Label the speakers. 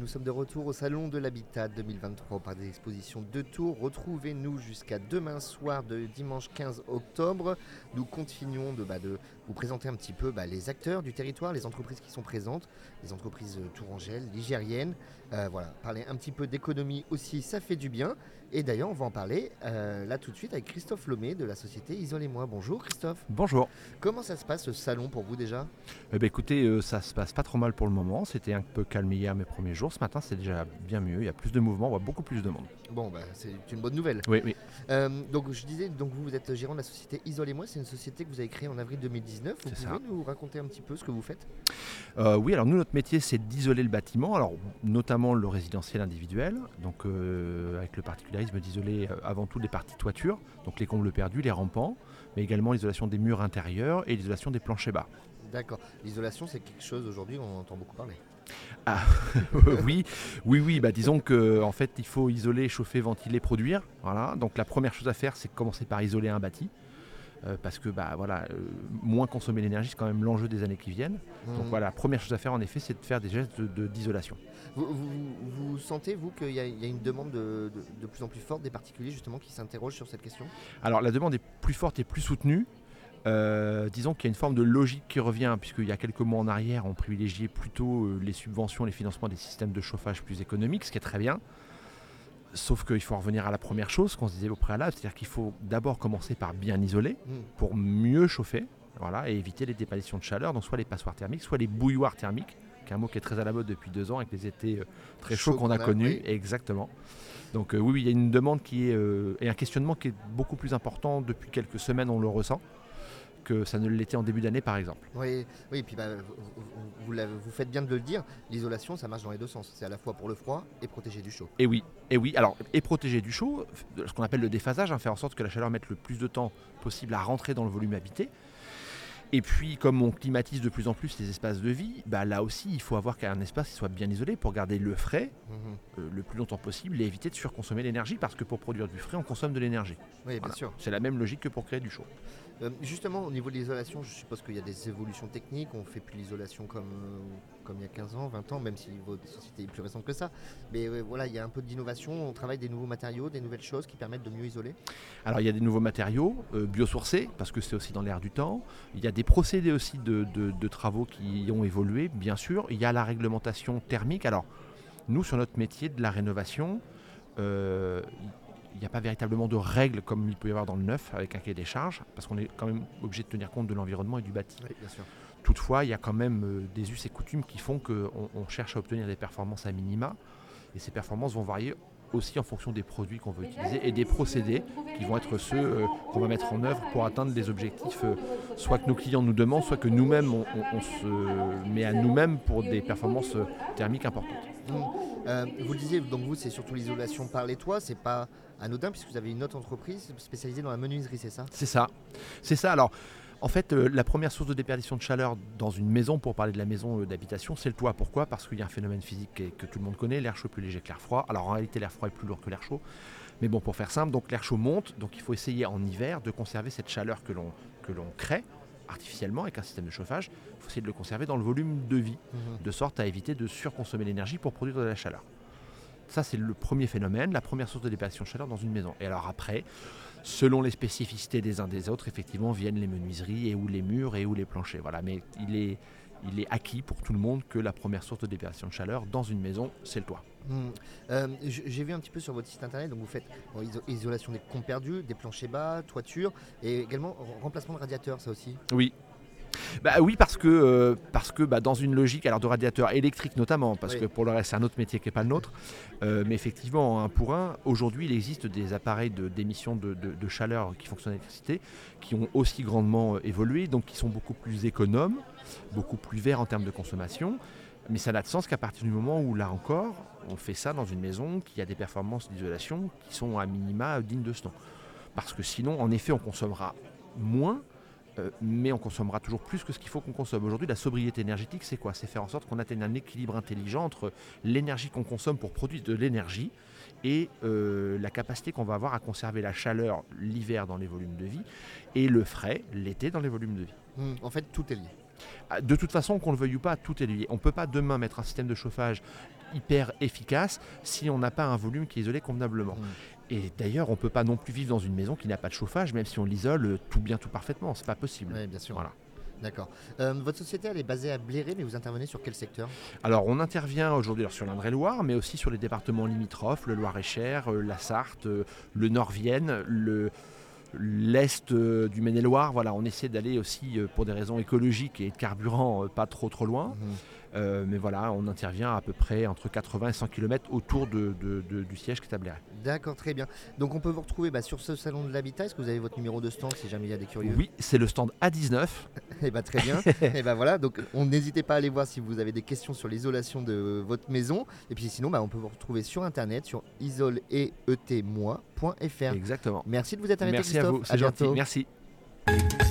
Speaker 1: nous sommes de retour au Salon de l'Habitat 2023 par des expositions de Tours. Retrouvez-nous jusqu'à demain soir de dimanche 15 octobre. Nous continuons de vous présenter un petit peu les acteurs du territoire, les entreprises qui sont présentes, les entreprises tourangelles, ligériennes. Voilà, parler un petit peu d'économie aussi, ça fait du bien. Et d'ailleurs, on va en parler là tout de suite avec Christophe Lomé de la société Isolez-moi. Bonjour Christophe.
Speaker 2: Bonjour.
Speaker 1: Comment ça se passe ce salon pour vous déjà ?
Speaker 2: Écoutez, ça se passe pas trop mal pour le moment. C'était un peu calme hier mes premiers jours. Ce matin, c'est déjà bien mieux. Il y a plus de mouvement, on voit beaucoup plus de monde.
Speaker 1: Bon, c'est une bonne nouvelle.
Speaker 2: Oui, oui.
Speaker 1: Donc je disais, vous êtes gérant de la société Isolez-moi. C'est une société que vous avez créée en avril 2019. Vous
Speaker 2: C'est
Speaker 1: pouvez
Speaker 2: ça.
Speaker 1: nous raconter un petit peu ce que vous faites ?
Speaker 2: Oui, alors nous, notre métier, c'est d'isoler le bâtiment, alors notamment le résidentiel individuel, donc avec le particularisme d'isoler avant tout les parties toiture, donc les combles perdus, les rampants, mais également l'isolation des murs intérieurs et l'isolation des planchers bas.
Speaker 1: D'accord. L'isolation, c'est quelque chose aujourd'hui, on en entend beaucoup parler.
Speaker 2: Ah, oui, disons que en fait, il faut isoler, chauffer, ventiler, produire. Voilà. Donc la première chose à faire, c'est commencer par isoler un bâti. Parce que moins consommer l'énergie, c'est quand même l'enjeu des années qui viennent. Donc voilà, la première chose à faire en effet, c'est de faire des gestes d'isolation.
Speaker 1: Vous sentez, vous, qu'il y a une demande de plus en plus forte des particuliers justement qui s'interrogent sur cette question ?
Speaker 2: Alors la demande est plus forte et plus soutenue. Disons qu'il y a une forme de logique qui revient, puisqu'il y a quelques mois en arrière, on privilégiait plutôt les subventions, les financements des systèmes de chauffage plus économiques, ce qui est très bien. Sauf qu'il faut revenir à la première chose qu'on se disait au préalable, c'est-à-dire qu'il faut d'abord commencer par bien isoler pour mieux chauffer, voilà, et éviter les déperditions de chaleur, donc soit les passoires thermiques, soit les bouilloires thermiques, qui est un mot qui est très à la mode depuis 2 ans avec les étés très chauds qu'on a connus.
Speaker 1: Oui.
Speaker 2: Exactement. Donc oui, il y a une demande qui est, et un questionnement qui est beaucoup plus important depuis quelques semaines, on le ressent, que ça ne l'était en début d'année par exemple.
Speaker 1: Oui, et puis vous faites bien de le dire, l'isolation ça marche dans les deux sens, c'est à la fois pour le froid et protéger du chaud.
Speaker 2: Et oui, alors, et protéger du chaud, ce qu'on appelle le déphasage, faire en sorte que la chaleur mette le plus de temps possible à rentrer dans le volume habité. Et puis, comme on climatise de plus en plus les espaces de vie, là aussi, il faut avoir un espace qui soit bien isolé pour garder le frais le plus longtemps possible et éviter de surconsommer l'énergie, parce que pour produire du frais, on consomme de l'énergie.
Speaker 1: Oui, bien
Speaker 2: Voilà.
Speaker 1: sûr.
Speaker 2: C'est la même logique que pour créer du chaud.
Speaker 1: Justement, au niveau de l'isolation, je suppose qu'il y a des évolutions techniques, on ne fait plus l'isolation comme il y a 15 ans, 20 ans, même si votre société est plus récente que ça. Mais voilà, il y a un peu d'innovation, on travaille des nouveaux matériaux, des nouvelles choses qui permettent de mieux isoler.
Speaker 2: Alors il y a des nouveaux matériaux biosourcés, parce que c'est aussi dans l'air du temps. Il y a des procédés aussi de travaux qui ont évolué, bien sûr. Il y a la réglementation thermique. Alors nous, sur notre métier de la rénovation, il n'y a pas véritablement de règles comme il peut y avoir dans le neuf avec un cahier des charges, parce qu'on est quand même obligé de tenir compte de l'environnement et du bâti.
Speaker 1: Oui, bien sûr.
Speaker 2: Toutefois, il y a quand même des us et coutumes qui font qu'on cherche à obtenir des performances à minima, et ces performances vont varier aussi en fonction des produits qu'on veut utiliser et des procédés qui vont être ceux qu'on va mettre en œuvre pour atteindre les objectifs soit que nos clients nous demandent, soit que nous-mêmes on se met à nous-mêmes pour des performances thermiques importantes.
Speaker 1: Vous le disiez, donc vous c'est surtout l'isolation par les toits, c'est pas anodin puisque vous avez une autre entreprise spécialisée dans la menuiserie, c'est ça ?
Speaker 2: C'est ça. Alors, en fait, la première source de déperdition de chaleur dans une maison, pour parler de la maison d'habitation, c'est le toit. Pourquoi ? Parce qu'il y a un phénomène physique que tout le monde connaît, l'air chaud est plus léger que l'air froid. Alors en réalité, l'air froid est plus lourd que l'air chaud. Mais bon, pour faire simple, donc l'air chaud monte, donc il faut essayer en hiver de conserver cette chaleur que l'on crée artificiellement avec un système de chauffage. Il faut essayer de le conserver dans le volume de vie, de sorte à éviter de surconsommer l'énergie pour produire de la chaleur. Ça, c'est le premier phénomène, la première source de déperdition de chaleur dans une maison. Et alors après, selon les spécificités des uns des autres, effectivement, viennent les menuiseries et ou les murs et ou les planchers. Voilà. Mais il est acquis pour tout le monde que la première source de déperdition de chaleur dans une maison, c'est le toit.
Speaker 1: J'ai vu un petit peu sur votre site internet, donc vous faites isolation des comptes perdus, des planchers bas, toiture, et également remplacement de radiateurs, ça aussi.
Speaker 2: Oui. Oui, parce que dans une logique alors de radiateurs électriques notamment, parce que pour le reste c'est un autre métier qui n'est pas le nôtre, mais effectivement un pour un, aujourd'hui il existe des appareils d'émission de chaleur qui fonctionnent à l'électricité, qui ont aussi grandement évolué, donc qui sont beaucoup plus économes, beaucoup plus verts en termes de consommation, mais ça n'a de sens qu'à partir du moment où là encore on fait ça dans une maison qui a des performances d'isolation qui sont à minima dignes de ce nom. Parce que sinon en effet on consommera moins, mais on consommera toujours plus que ce qu'il faut qu'on consomme. Aujourd'hui, la sobriété énergétique, c'est quoi ? C'est faire en sorte qu'on atteigne un équilibre intelligent entre l'énergie qu'on consomme pour produire de l'énergie et la capacité qu'on va avoir à conserver la chaleur l'hiver dans les volumes de vie et le frais l'été dans les volumes de vie.
Speaker 1: En fait, tout est lié.
Speaker 2: De toute façon, qu'on le veuille ou pas, tout est lié. On ne peut pas demain mettre un système de chauffage hyper efficace si on n'a pas un volume qui est isolé convenablement. Et d'ailleurs, on ne peut pas non plus vivre dans une maison qui n'a pas de chauffage, même si on l'isole tout bien, tout parfaitement. C'est pas possible.
Speaker 1: Oui, bien sûr.
Speaker 2: Voilà.
Speaker 1: D'accord. Votre société, elle est basée à Bléré, mais vous intervenez sur quel secteur?
Speaker 2: Alors, on intervient aujourd'hui sur l'Indre-et-Loire, mais aussi sur les départements limitrophes, le Loir-et-Cher, la Sarthe, le Nord-Vienne, l'Est du Maine-et-Loire. Voilà, on essaie d'aller aussi pour des raisons écologiques et de carburant pas trop loin. Mais voilà, on intervient à peu près entre 80 et 100 km autour du siège qui est à Bléré.
Speaker 1: D'accord, très bien. Donc on peut vous retrouver sur ce salon de l'habitat. Est-ce que vous avez votre numéro de stand si jamais il y a des curieux?
Speaker 2: Oui, c'est le stand A19.
Speaker 1: Et très bien. Et voilà, donc n'hésitez pas à aller voir si vous avez des questions sur l'isolation de votre maison. Et puis sinon, on peut vous retrouver sur internet sur isoleetmoi.fr.
Speaker 2: Exactement.
Speaker 1: Merci de vous être arrêté,
Speaker 2: Merci
Speaker 1: Christophe.
Speaker 2: à vous, c'est gentil. Merci.